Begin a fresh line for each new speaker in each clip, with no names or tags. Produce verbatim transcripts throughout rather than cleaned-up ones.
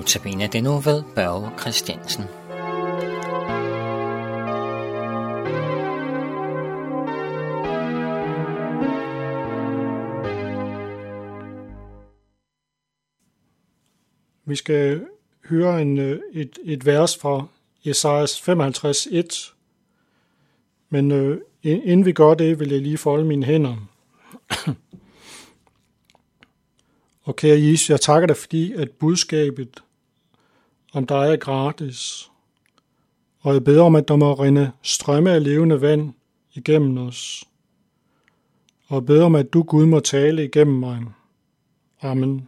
Notabene det nu ved Børge Christiansen.
Vi skal høre en, et, et vers fra Esajas femoghalvtreds et, men øh, inden vi gør det, vil jeg lige folde mine hænder. Og kære Jesus, jeg takker dig, fordi at budskabet om dig er gratis, og jeg beder om, at der må rinde strømme af levende vand igennem os, og jeg beder om, at du, Gud, må tale igennem mig. Amen.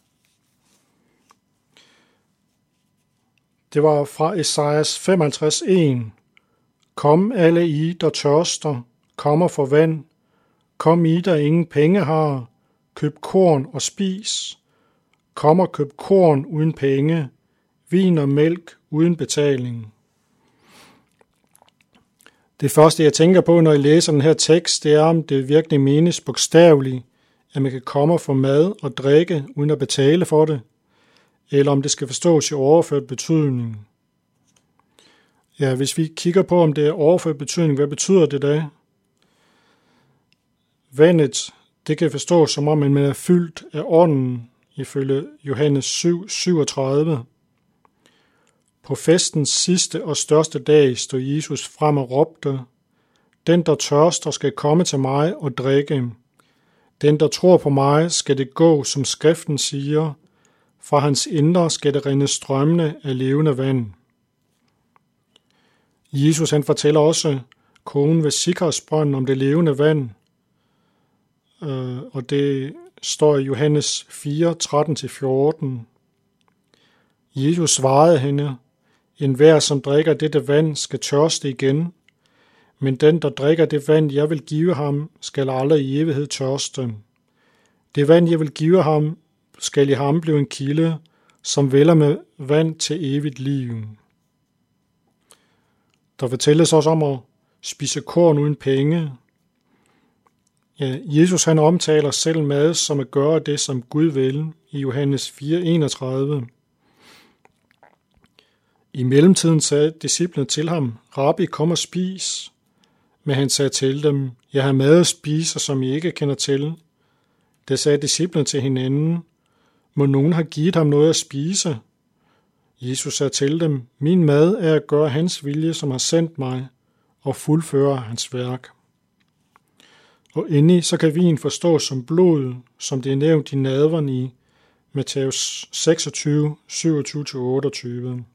Det var fra Esajas femoghalvtreds en. Kom alle I, der tørster, kommer for vand. Kom I, der ingen penge har, køb korn og spis. Kom og køb korn uden penge, vin og mælk uden betaling. Det første, jeg tænker på, når jeg læser den her tekst, det er, om det virkelig menes bogstaveligt, at man kan komme og få mad og drikke uden at betale for det, eller om det skal forstås i overført betydning. Ja, hvis vi kigger på, om det er overført betydning, hvad betyder det da? Vandet, det kan forstås som om, man er fyldt af ånden, ifølge Johannes syv syvogtredive. På festens sidste og største dag stod Jesus frem og råbte: Den, der tørster, skal komme til mig og drikke. Den, der tror på mig, skal det gå, som skriften siger. Fra hans indre skal det rinde strømmende af levende vand. Jesus han fortæller også konen ved Sikrasbrønden om det levende vand, og det står i Johannes fire tretten til fjorten. Jesus svarede hende: Enhver, som drikker dette vand, skal tørste igen, men den, der drikker det vand, jeg vil give ham, skal aldrig i evighed tørste. Det vand, jeg vil give ham, skal i ham blive en kilde, som vælder med vand til evigt liv. Der fortælles også om at spise korn uden penge. Ja, Jesus han omtaler selv mad som at gøre det, som Gud vil, i Johannes fire enogtredive. I mellemtiden sagde disciplene til ham: Rabbi, kom og spis. Men han sagde til dem: Jeg har mad at spise, som I ikke kender til. Da sagde disciplene til hinanden: Må nogen have givet ham noget at spise? Jesus sagde til dem: Min mad er at gøre hans vilje, som har sendt mig, og fuldføre hans værk. Og indeni så kan vin forstås som blod, som det er nævnt i nadveren i Matthæus seksogtyve syvogtyve til otteogtyve.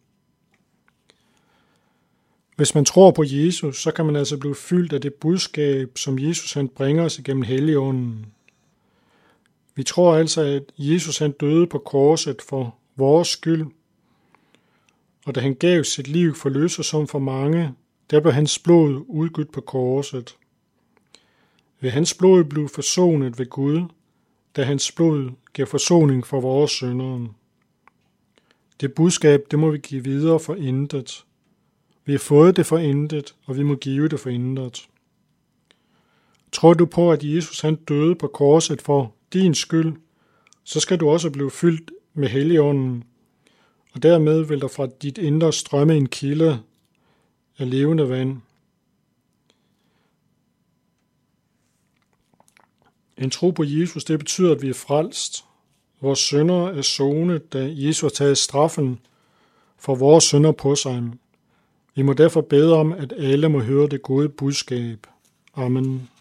Hvis man tror på Jesus, så kan man altså blive fyldt af det budskab, som Jesus han bringer os igennem Helligånden. Vi tror altså, at Jesus han døde på korset for vores skyld, og da han gav sit liv for løs og som for mange, der blev hans blod udgydt på korset. Ved hans blod blev forsonet ved Gud, da hans blod gav forsoning for vores syndere. Det budskab, det må vi give videre for intet. Vi har fået det for intet, og vi må give det for intet. Tror du på, at Jesus han døde på korset for din skyld, så skal du også blive fyldt med Helligånden, og dermed vil der fra dit indre strømme en kilde af levende vand. En tro på Jesus, det betyder, at vi er frelst. Vores synder er sonet, da Jesus har taget straffen for vores synder på sig. Vi må derfor bede om, at alle må høre det gode budskab. Amen.